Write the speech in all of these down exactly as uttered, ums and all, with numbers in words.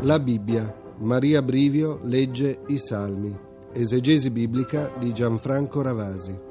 La Bibbia. Maria Brivio legge i Salmi. Esegesi biblica di Gianfranco Ravasi.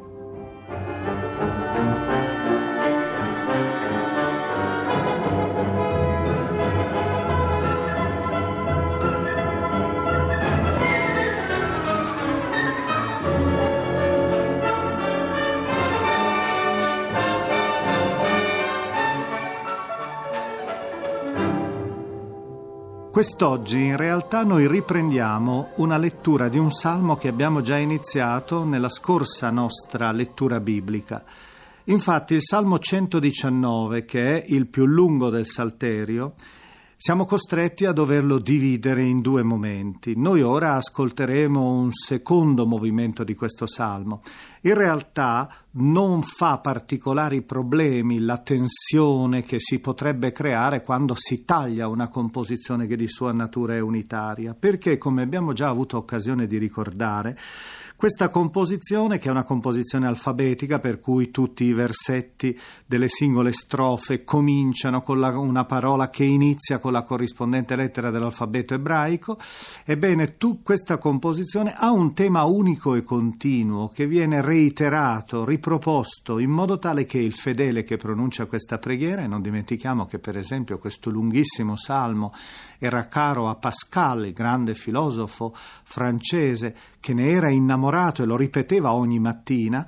Quest'oggi in realtà noi riprendiamo una lettura di un salmo che abbiamo già iniziato nella scorsa nostra lettura biblica. Infatti il Salmo centodiciannove, che è il più lungo del Salterio, siamo costretti a doverlo dividere in due momenti. Noi ora ascolteremo un secondo movimento di questo salmo. In realtà non fa particolari problemi la tensione che si potrebbe creare quando si taglia una composizione che di sua natura è unitaria, perché, come abbiamo già avuto occasione di ricordare, questa composizione, che è una composizione alfabetica per cui tutti i versetti delle singole strofe cominciano con la, una parola che inizia con la corrispondente lettera dell'alfabeto ebraico, ebbene tu, questa composizione ha un tema unico e continuo che viene reiterato, riproposto, in modo tale che il fedele che pronuncia questa preghiera, e non dimentichiamo che per esempio questo lunghissimo salmo era caro a Pascal, il grande filosofo francese, che ne era innamorato e lo ripeteva ogni mattina,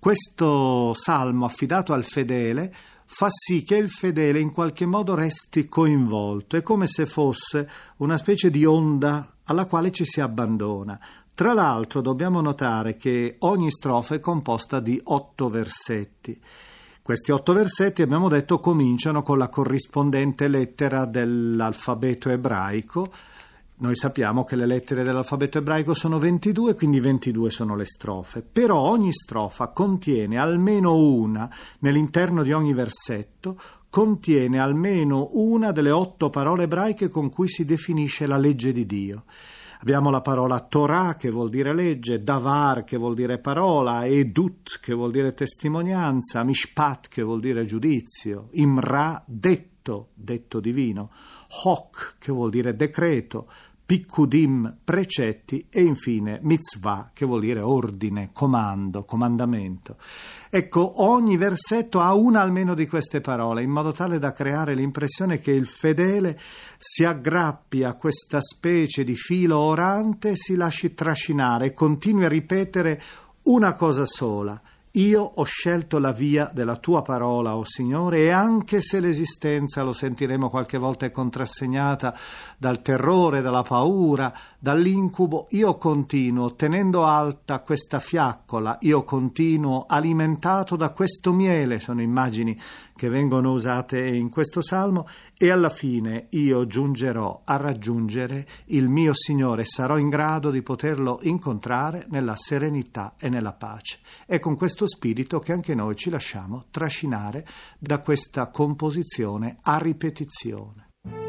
questo salmo affidato al fedele fa sì che il fedele in qualche modo resti coinvolto, è come se fosse una specie di onda alla quale ci si abbandona. Tra l'altro dobbiamo notare che ogni strofa è composta di otto versetti. Questi otto versetti, abbiamo detto, cominciano con la corrispondente lettera dell'alfabeto ebraico. Noi sappiamo che le lettere dell'alfabeto ebraico sono ventidue, quindi ventidue sono le strofe. Però ogni strofa contiene almeno una, nell'interno di ogni versetto, contiene almeno una delle otto parole ebraiche con cui si definisce la legge di Dio. Abbiamo la parola Torah, che vuol dire legge, Davar, che vuol dire parola, Edut, che vuol dire testimonianza, Mishpat, che vuol dire giudizio, Imra, detto, detto divino, Hok, che vuol dire decreto, Pikkudim, precetti, e infine Mitzvah, che vuol dire ordine, comando, comandamento. Ecco, ogni versetto ha una almeno di queste parole, in modo tale da creare l'impressione che il fedele si aggrappi a questa specie di filo orante, si lasci trascinare e continui a ripetere una cosa sola: io ho scelto la via della tua parola, o Signore, e anche se l'esistenza, lo sentiremo qualche volta, è contrassegnata dal terrore, dalla paura, dall'incubo, io continuo tenendo alta questa fiaccola, io continuo alimentato da questo miele, sono immagini che vengono usate in questo salmo, e alla fine io giungerò a raggiungere il mio Signore, sarò in grado di poterlo incontrare nella serenità e nella pace. È con questo spirito che anche noi ci lasciamo trascinare da questa composizione a ripetizione.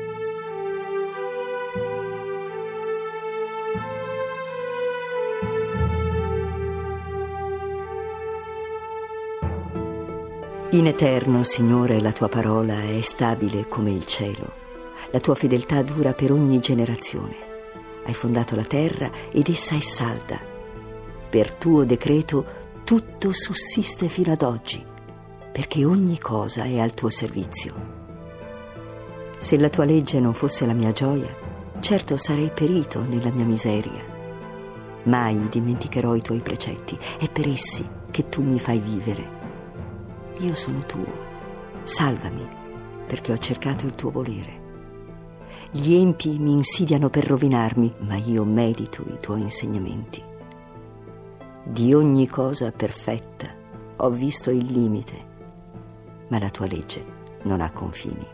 In eterno, Signore, la tua parola è stabile come il cielo. La tua fedeltà dura per ogni generazione. Hai fondato la terra ed essa è salda. Per tuo decreto tutto sussiste fino ad oggi, perché ogni cosa è al tuo servizio. Se la tua legge non fosse la mia gioia, certo sarei perito nella mia miseria. Mai dimenticherò i tuoi precetti, è per essi che tu mi fai vivere. Io sono tuo, salvami, perché ho cercato il tuo volere. Gli empi mi insidiano per rovinarmi, ma io medito i tuoi insegnamenti. Di ogni cosa perfetta ho visto il limite, ma la tua legge non ha confini.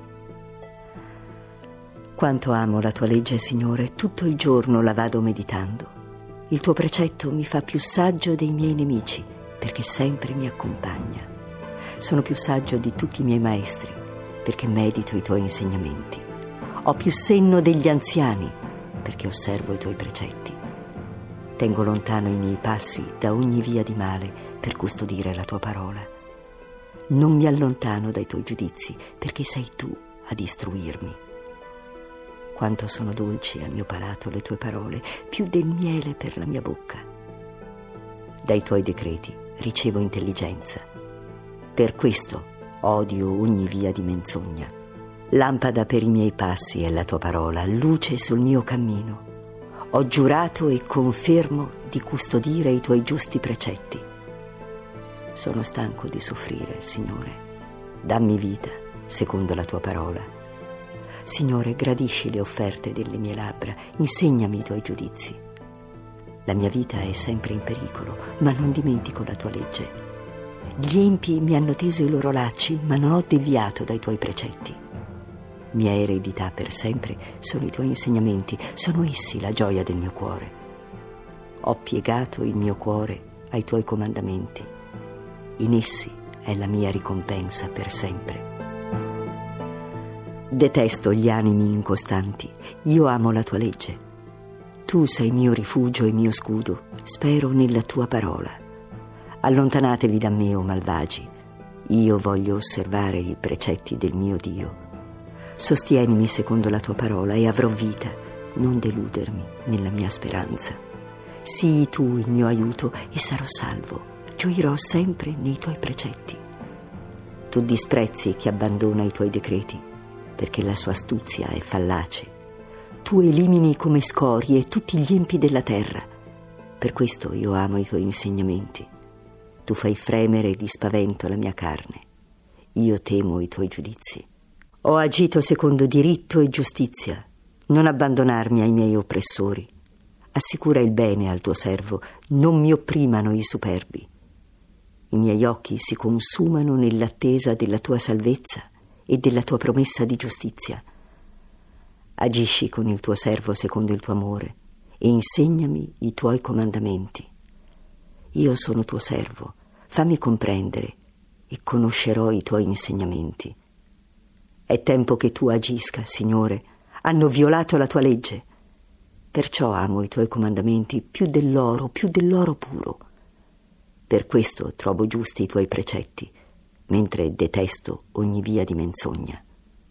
Quanto amo la tua legge, Signore, tutto il giorno la vado meditando. Il tuo precetto mi fa più saggio dei miei nemici, perché sempre mi accompagna. Sono più saggio di tutti i miei maestri, perché medito i tuoi insegnamenti. Ho più senno degli anziani, perché osservo i tuoi precetti. Tengo lontano i miei passi da ogni via di male per custodire la tua parola. Non mi allontano dai tuoi giudizi, perché sei tu ad istruirmi. Quanto sono dolci al mio palato le tue parole, più del miele per la mia bocca. Dai tuoi decreti ricevo intelligenza. Per questo odio ogni via di menzogna. Lampada per i miei passi è la tua parola, luce sul mio cammino. Ho giurato e confermo di custodire i tuoi giusti precetti. Sono stanco di soffrire, Signore. Dammi vita secondo la tua parola. Signore, gradisci le offerte delle mie labbra, insegnami i tuoi giudizi. La mia vita è sempre in pericolo, ma non dimentico la tua legge. Gli empi mi hanno teso i loro lacci, ma non ho deviato dai tuoi precetti. Mia eredità per sempre sono i tuoi insegnamenti, sono essi la gioia del mio cuore. Ho piegato il mio cuore ai tuoi comandamenti. In essi è la mia ricompensa per sempre. Detesto gli animi incostanti, io amo la tua legge. Tu sei mio rifugio e mio scudo, spero nella tua parola. Allontanatevi da me, o malvagi, io voglio osservare i precetti del mio Dio. Sostienimi secondo la tua parola e avrò vita, non deludermi nella mia speranza. Sii tu il mio aiuto e sarò salvo, gioirò sempre nei tuoi precetti. Tu disprezzi chi abbandona i tuoi decreti, perché la sua astuzia è fallace. Tu elimini come scorie tutti gli empi della terra. Per questo io amo i tuoi insegnamenti. Tu fai fremere di spavento la mia carne. Io temo i tuoi giudizi. Ho agito secondo diritto e giustizia. Non abbandonarmi ai miei oppressori. Assicura il bene al tuo servo. Non mi opprimano i superbi. I miei occhi si consumano nell'attesa della tua salvezza e della tua promessa di giustizia. Agisci con il tuo servo secondo il tuo amore e insegnami i tuoi comandamenti. Io sono tuo servo, fammi comprendere e conoscerò i tuoi insegnamenti. È tempo che tu agisca, Signore, hanno violato la tua legge. Perciò amo i tuoi comandamenti più dell'oro, più dell'oro puro. Per questo trovo giusti i tuoi precetti, mentre detesto ogni via di menzogna.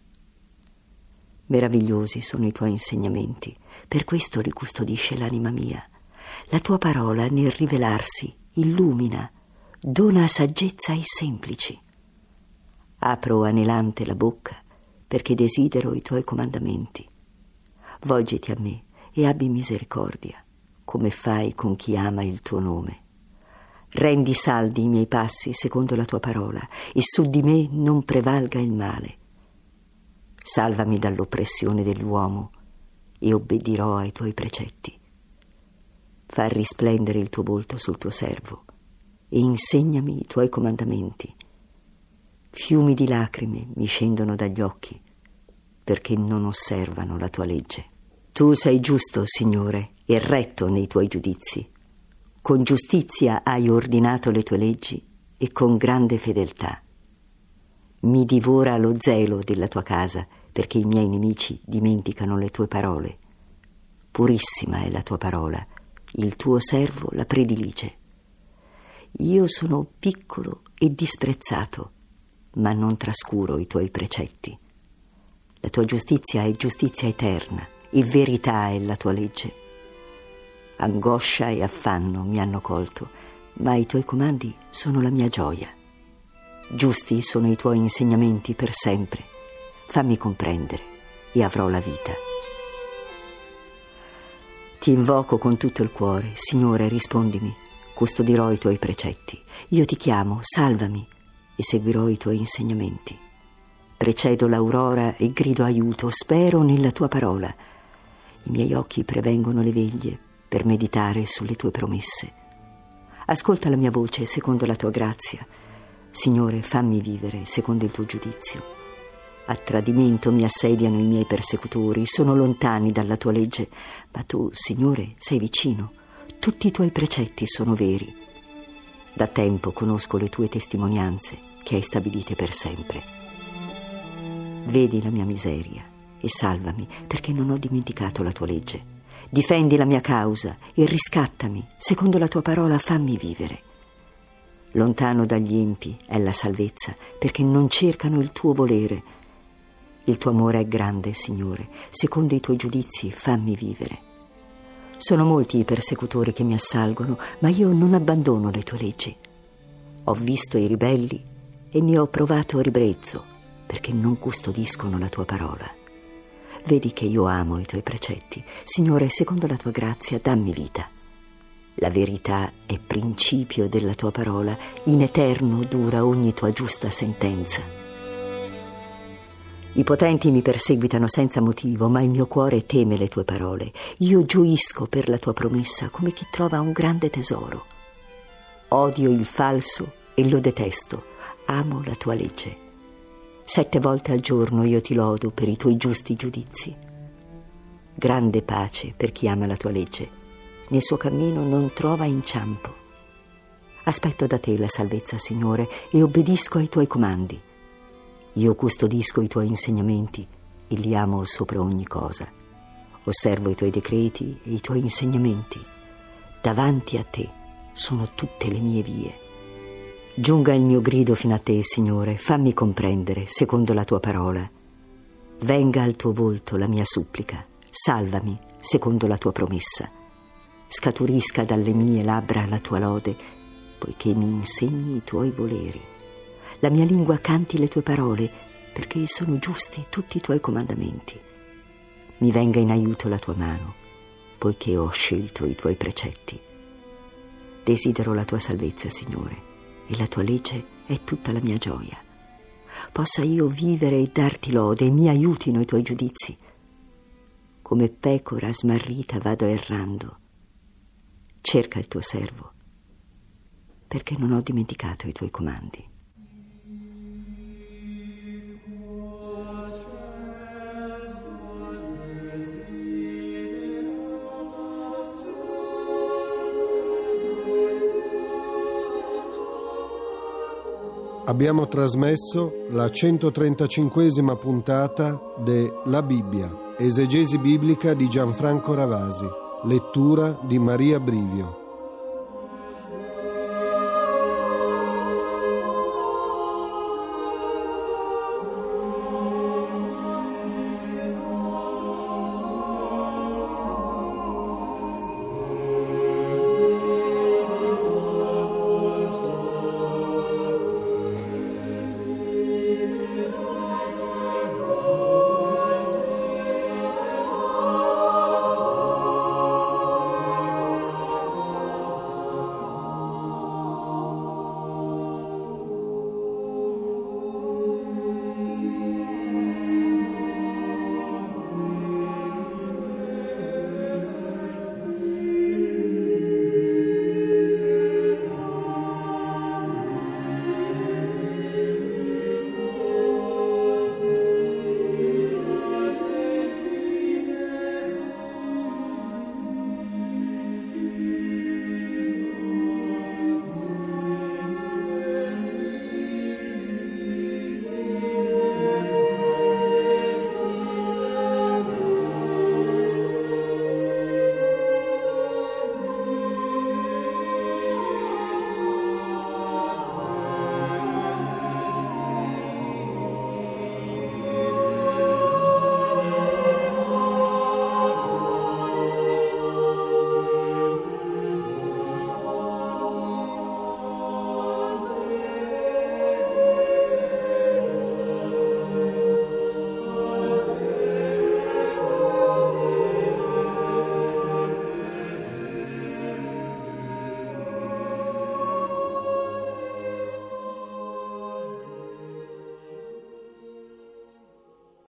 Meravigliosi sono i tuoi insegnamenti, per questo li custodisce l'anima mia. La tua parola nel rivelarsi illumina, dona saggezza ai semplici. Apro anelante la bocca perché desidero i tuoi comandamenti. Volgiti a me e abbi misericordia, come fai con chi ama il tuo nome. Rendi saldi i miei passi secondo la tua parola e su di me non prevalga il male. Salvami dall'oppressione dell'uomo e obbedirò ai tuoi precetti. Fa risplendere il tuo volto sul tuo servo e insegnami i tuoi comandamenti. Fiumi di lacrime mi scendono dagli occhi perché non osservano la tua legge. Tu sei giusto, Signore, e retto nei tuoi giudizi. Con giustizia hai ordinato le tue leggi e con grande fedeltà. Mi divora lo zelo della tua casa perché i miei nemici dimenticano le tue parole. Purissima è la tua parola, il tuo servo la predilige. Io sono piccolo e disprezzato, ma non trascuro i tuoi precetti. La tua giustizia è giustizia eterna e verità è la tua legge. Angoscia e affanno mi hanno colto, ma i tuoi comandi sono la mia gioia. Giusti sono i tuoi insegnamenti per sempre. Fammi comprendere e avrò la vita. Ti invoco con tutto il cuore, Signore, rispondimi. Custodirò i tuoi precetti. Io ti chiamo, salvami, e seguirò i tuoi insegnamenti. Precedo l'aurora e grido aiuto, spero nella tua parola. I miei occhi prevengono le veglie per meditare sulle tue promesse. Ascolta la mia voce secondo la tua grazia. Signore, fammi vivere secondo il tuo giudizio. A tradimento mi assediano i miei persecutori, sono lontani dalla tua legge, ma tu, Signore, sei vicino. Tutti i tuoi precetti sono veri. Da tempo conosco le tue testimonianze che hai stabilite per sempre. Vedi la mia miseria e salvami, perché non ho dimenticato la tua legge. Difendi la mia causa e riscattami, secondo la tua parola fammi vivere. Lontano dagli empi è la salvezza, perché non cercano il tuo volere. Il tuo amore è grande, Signore, secondo i tuoi giudizi fammi vivere. Sono molti i persecutori che mi assalgono, ma io non abbandono le tue leggi. Ho visto i ribelli e ne ho provato ribrezzo, perché non custodiscono la tua parola. Vedi che io amo i tuoi precetti. Signore, secondo la tua grazia, dammi vita. La verità è principio della tua parola, in eterno dura ogni tua giusta sentenza. I potenti mi perseguitano senza motivo, ma il mio cuore teme le tue parole. Io gioisco per la tua promessa come chi trova un grande tesoro. Odio il falso e lo detesto, amo la tua legge. Sette volte al giorno io ti lodo per i tuoi giusti giudizi. Grande pace per chi ama la tua legge. Nel suo cammino non trova inciampo. Aspetto da te la salvezza, Signore, e obbedisco ai tuoi comandi. Io custodisco i tuoi insegnamenti e li amo sopra ogni cosa. Osservo i tuoi decreti e i tuoi insegnamenti. Davanti a te sono tutte le mie vie. Giunga il mio grido fino a te, Signore, fammi comprendere secondo la tua parola. Venga al tuo volto la mia supplica, salvami secondo la tua promessa. Scaturisca dalle mie labbra la tua lode, poiché mi insegni i tuoi voleri. La mia lingua canti le tue parole, perché sono giusti tutti i tuoi comandamenti. Mi venga in aiuto la tua mano, poiché ho scelto i tuoi precetti. Desidero la tua salvezza, Signore, e la tua legge è tutta la mia gioia. Possa io vivere e darti lode, e mi aiutino i tuoi giudizi. Come pecora smarrita vado errando. Cerca il tuo servo, perché non ho dimenticato i tuoi comandi. Abbiamo trasmesso la centotrentacinquesima puntata de La Bibbia, esegesi biblica di Gianfranco Ravasi, lettura di Maria Brivio.